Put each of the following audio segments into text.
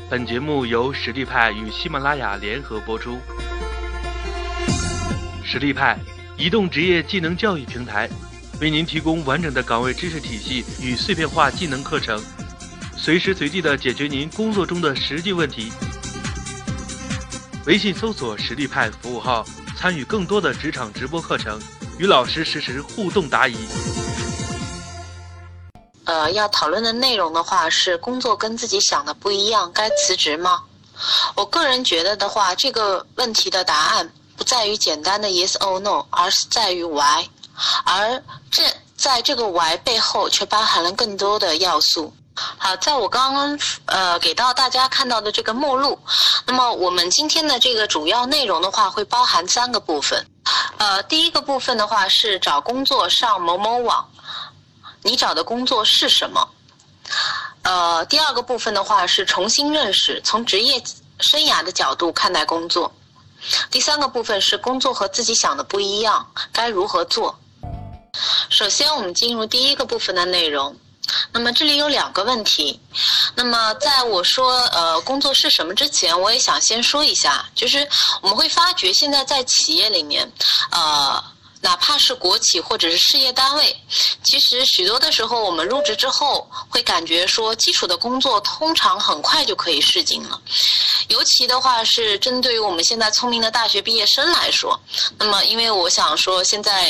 本节目由实力派与喜马拉雅联合播出。实力派，移动职业技能教育平台，为您提供完整的岗位知识体系与碎片化技能课程，随时随地的解决您工作中的实际问题。微信搜索实力派服务号，参与更多的职场直播课程，与老师实时互动答疑。 要讨论的内容的话是工作跟自己想的不一样，该辞职吗？我个人觉得的话，这个问题的答案不在于简单的 yes or no， 而是在于 why， 而在这个 why 背后却包含了更多的要素。好，在我刚刚给到大家看到的这个目录，那么我们今天的这个主要内容的话会包含3个部分。第一个部分的话是找工作上某某网，你找的工作是什么？第二个部分的话是重新认识，从职业生涯的角度看待工作。第3个部分是工作和自己想的不一样，该如何做？首先我们进入第一个部分的内容。那么这里有2个问题，那么在我说工作是什么之前，我也想先说一下，就是我们会发觉现在在企业里面哪怕是国企或者是事业单位，其实许多的时候我们入职之后会感觉说基础的工作通常很快就可以适应了，尤其的话是针对于我们现在聪明的大学毕业生来说，那么因为我想说现在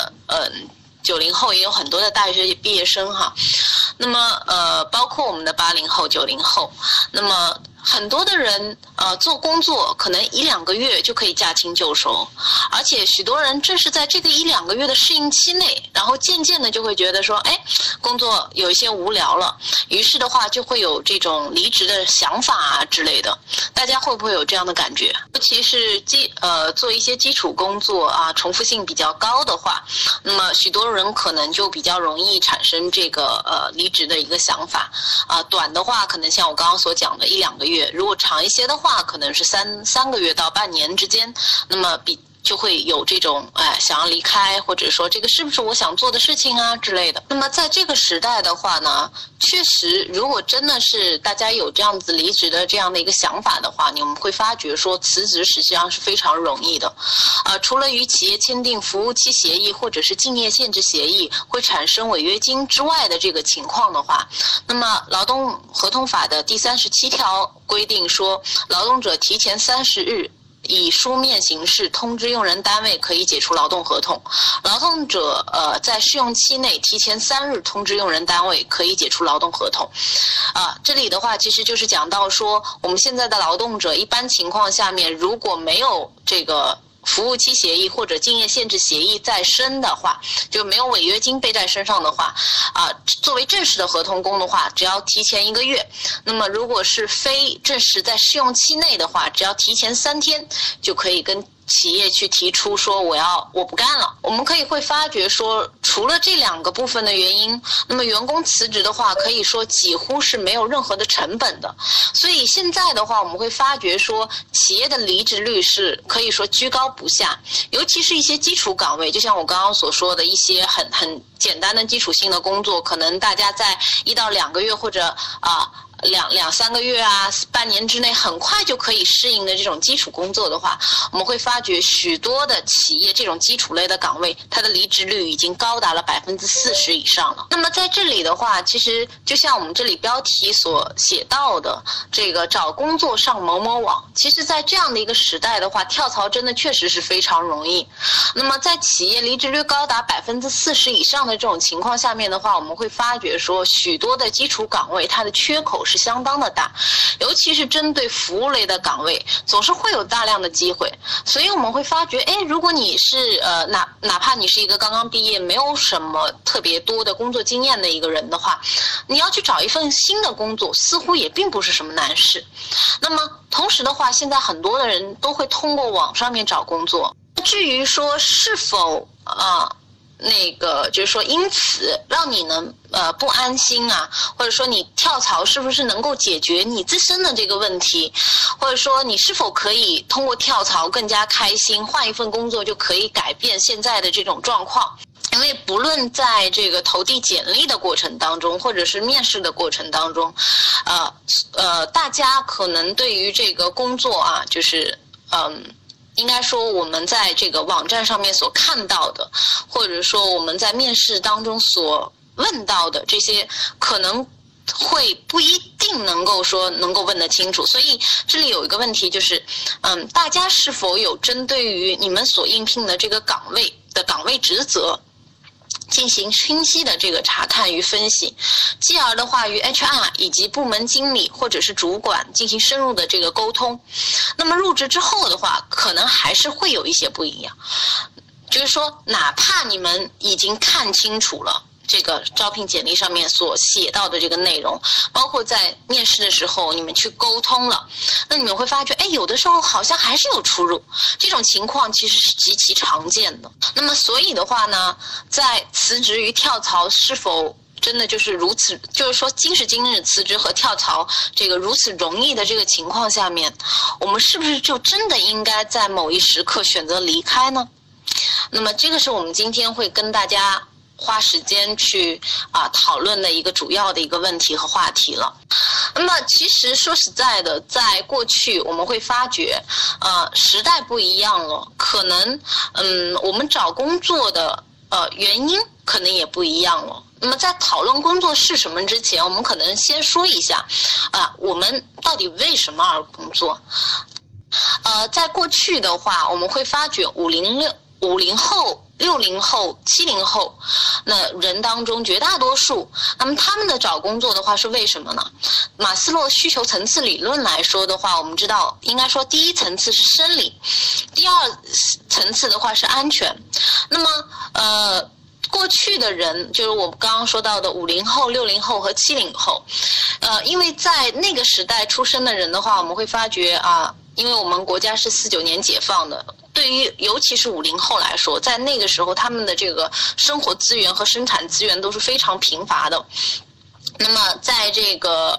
90后也有很多的大学毕业生哈，那么包括我们的80后、90后，那么很多的人做工作可能1-2个月就可以驾轻就熟，而且许多人正是在这个1-2个月的适应期内，然后渐渐的就会觉得说，工作有一些无聊了，于是的话就会有这种离职的想法啊之类的。大家会不会有这样的感觉？尤其是做一些基础工作啊，重复性比较高的话，那么许多人可能就比较容易产生这个离职的一个想法啊。短的话可能像我刚刚所讲的1-2个月，如果长一些的话可能是3个月到半年之间，那么就会有这种想要离开，或者说这个是不是我想做的事情啊之类的。那么在这个时代的话呢，确实如果真的是大家有这样子离职的这样的一个想法的话，你们会发觉说辞职实际上是非常容易的。除了与企业签订服务期协议或者是竞业限制协议会产生违约金之外的这个情况的话，那么劳动合同法的第37条规定说，劳动者提前30日以书面形式通知用人单位可以解除劳动合同，劳动者在试用期内提前3日通知用人单位可以解除劳动合同。这里的话其实就是讲到说，我们现在的劳动者一般情况下面如果没有这个服务期协议或者竞业限制协议在身的话，就没有违约金背在身上的话，作为正式的合同工的话，只要提前1个月；那么如果是非正式在试用期内的话，只要提前3天就可以跟企业去提出说我不干了。我们会发觉说，除了这2个部分的原因，那么员工辞职的话可以说几乎是没有任何的成本的。所以现在的话我们会发觉说，企业的离职率是可以说居高不下，尤其是一些基础岗位，就像我刚刚所说的一些很简单的基础性的工作，可能大家在1到2个月或者2-3个月啊，半年之内很快就可以适应的这种基础工作的话，我们会发觉许多的企业这种基础类的岗位，它的离职率已经高达了40%以上了。那么在这里的话，其实就像我们这里标题所写到的，这个找工作上某某网，其实在这样的一个时代的话，跳槽真的确实是非常容易。那么在企业离职率高达40%以上的这种情况下面的话，我们会发觉说，许多的基础岗位它的缺口是相当的大，尤其是针对服务类的岗位，总是会有大量的机会。所以我们会发觉，如果你是哪怕你是一个刚刚毕业没有什么特别多的工作经验的一个人的话，你要去找一份新的工作似乎也并不是什么难事。那么同时的话，现在很多的人都会通过网上面找工作，至于说是否就是说因此让你能不安心啊，或者说你跳槽是不是能够解决你自身的这个问题，或者说你是否可以通过跳槽更加开心，换一份工作就可以改变现在的这种状况。因为不论在这个投递简历的过程当中，或者是面试的过程当中， 大家可能对于这个工作啊，就是应该说我们在这个网站上面所看到的，或者说我们在面试当中所问到的这些，可能会不一定能够问得清楚。所以这里有一个问题就是，大家是否有针对于你们所应聘的这个岗位的岗位职责进行清晰的这个查看与分析，继而的话与 HR 以及部门经理或者是主管进行深入的这个沟通。那么入职之后的话，可能还是会有一些不一样，就是说哪怕你们已经看清楚了这个招聘简历上面所写到的这个内容，包括在面试的时候你们去沟通了，那你们会发觉有的时候好像还是有出入，这种情况其实是极其常见的。那么所以的话呢，在辞职与跳槽是否真的就是如此，就是说今时今日辞职和跳槽这个如此容易的这个情况下面，我们是不是就真的应该在某一时刻选择离开呢？那么这个是我们今天会跟大家花时间去讨论的一个主要的一个问题和话题了。那么其实说实在的，在过去我们会发觉时代不一样了，可能我们找工作的原因可能也不一样了。那么在讨论工作是什么之前，我们可能先说一下我们到底为什么而工作。在过去的话，我们会发觉50后、60后、70后那人当中绝大多数，那么他们的找工作的话是为什么呢？马斯洛需求层次理论来说的话，我们知道应该说第一层次是生理，第二层次的话是安全。那么过去的人就是我们刚刚说到的50后、60后和70后，因为在那个时代出生的人的话，我们会发觉因为我们国家是49年解放的，对于尤其是50后来说，在那个时候他们的这个生活资源和生产资源都是非常贫乏的。那么在这个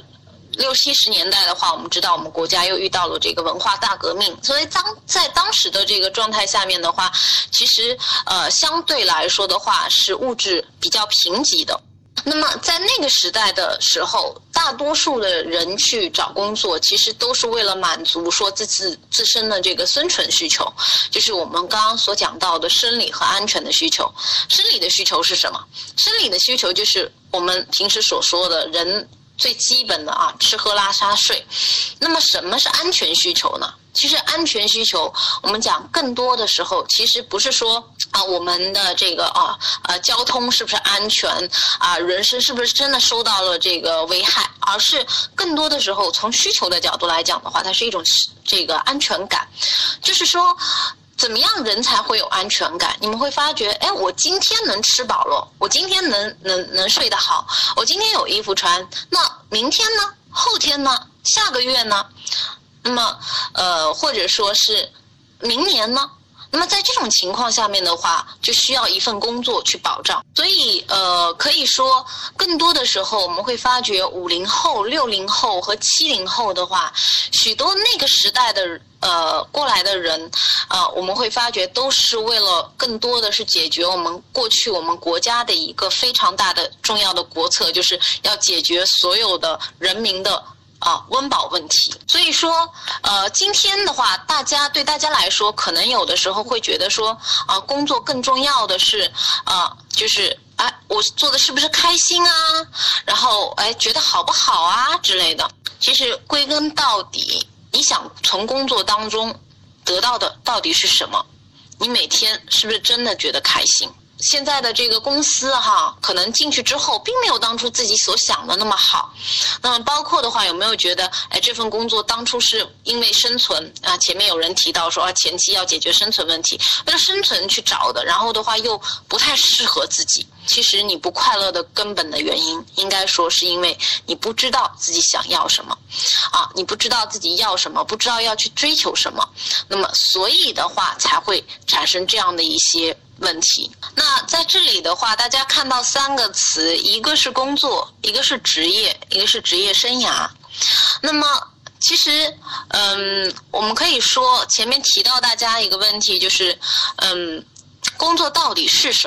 60、70年代的话，我们知道我们国家又遇到了这个文化大革命，所以在当时的这个状态下面的话，其实相对来说的话是物质比较贫瘠的。那么在那个时代的时候，大多数的人去找工作其实都是为了满足说自身的这个生存需求，就是我们刚刚所讲到的生理和安全的需求。生理的需求是什么？生理的需求就是我们平时所说的人最基本的吃喝拉撒睡。那么什么是安全需求呢？其实安全需求我们讲更多的时候其实不是说我们的这个交通是不是安全人身是不是真的受到了这个危害，而是更多的时候从需求的角度来讲的话，它是一种这个安全感。就是说怎么样人才会有安全感？你们会发觉我今天能吃饱了，我今天能睡得好，我今天有衣服穿，那明天呢？后天呢？下个月呢？那么或者说是明年呢？那么在这种情况下面的话，就需要一份工作去保障。所以可以说更多的时候我们会发觉50后、60后和70后的话，许多那个时代的过来的人我们会发觉都是为了更多的是解决我们过去我们国家的一个非常大的重要的国策，就是要解决所有的人民的温饱问题。所以说今天的话对大家来说可能有的时候会觉得说工作更重要的是就是我做的是不是开心然后觉得好不好之类的。其实归根到底，你想从工作当中得到的到底是什么？你每天是不是真的觉得开心？现在的这个公司可能进去之后并没有当初自己所想的那么好。那么包括的话，有没有觉得这份工作当初是因为生存前面有人提到说前期要解决生存问题，为了生存去找的，然后的话又不太适合自己。其实你不快乐的根本的原因，应该说是因为你不知道自己想要什么你不知道自己要什么，不知道要去追求什么，那么所以的话才会产生这样的一些问题。那在这里的话，大家看到3个词，一个是工作，一个是职业，一个是职业生涯。那么其实我们可以说前面提到大家一个问题，就是工作到底是什么？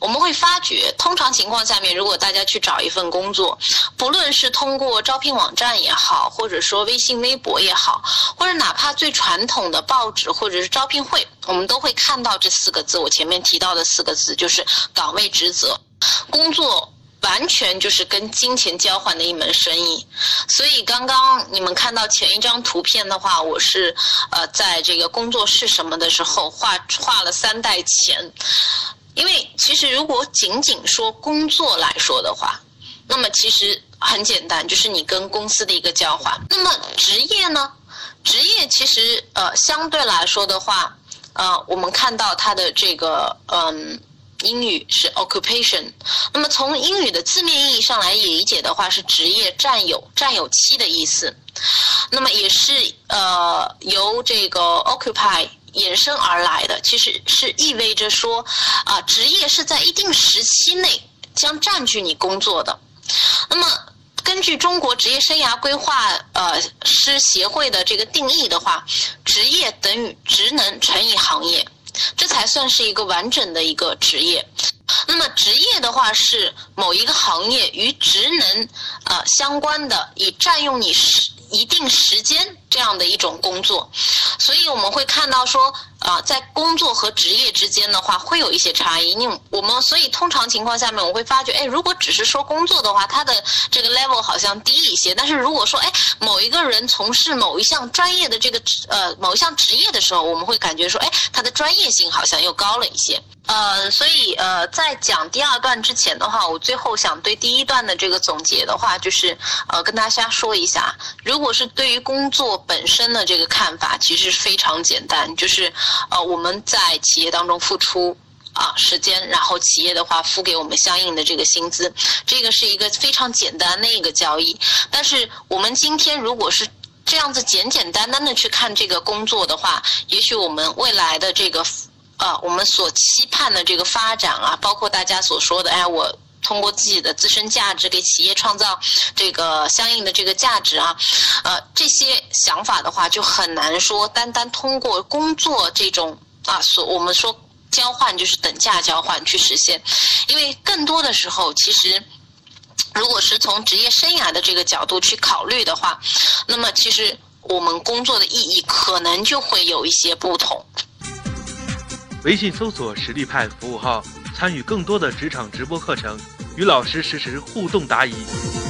我们会发觉，通常情况下面，如果大家去找一份工作，不论是通过招聘网站也好，或者说微信、微博也好，或者哪怕最传统的报纸或者是招聘会，我们都会看到这4个字，我前面提到的4个字，就是岗位职责。工作完全就是跟金钱交换的一门生意。所以刚刚你们看到前一张图片的话，我是在这个工作是什么的时候画了3袋钱。因为其实如果仅仅说工作来说的话，那么其实很简单，就是你跟公司的一个交换。那么职业呢？职业其实相对来说的话，我们看到它的这个英语是 occupation， 那么从英语的字面意义上来理解的话，是职业占有期的意思。那么也是由这个 occupy衍生而来的，其实是意味着说职业是在一定时期内将占据你工作的。那么根据中国职业生涯规划师协会的这个定义的话，职业等于职能乘以行业，这才算是一个完整的一个职业。那么职业的话是某一个行业与职能相关的，以占用你一定时间这样的一种工作。所以我们会看到说在工作和职业之间的话会有一些差异。所以通常情况下面我会发觉，如果只是说工作的话，它的这个 level 好像低一些，但是如果说某一个人从事某一项专业的这个某一项职业的时候，我们会感觉说他的专业性好像又高了一些。所以在讲第2段之前的话，我最后想对第1段的这个总结的话，就是跟大家说一下，如果是对于工作本身的这个看法，其实非常简单，就是我们在企业当中付出时间，然后企业的话付给我们相应的这个薪资，这个是一个非常简单的一个交易。但是我们今天如果是这样子简单的去看这个工作的话，也许我们未来的这个我们所期盼的这个发展包括大家所说的我通过自己的自身价值给企业创造这个相应的这个价值这些想法的话就很难说单通过工作这种我们说交换就是等价交换去实现。因为更多的时候其实如果是从职业生涯的这个角度去考虑的话，那么其实我们工作的意义可能就会有一些不同。 微信搜索实力派服务号，参与更多的职场直播课程，与老师实时互动答疑。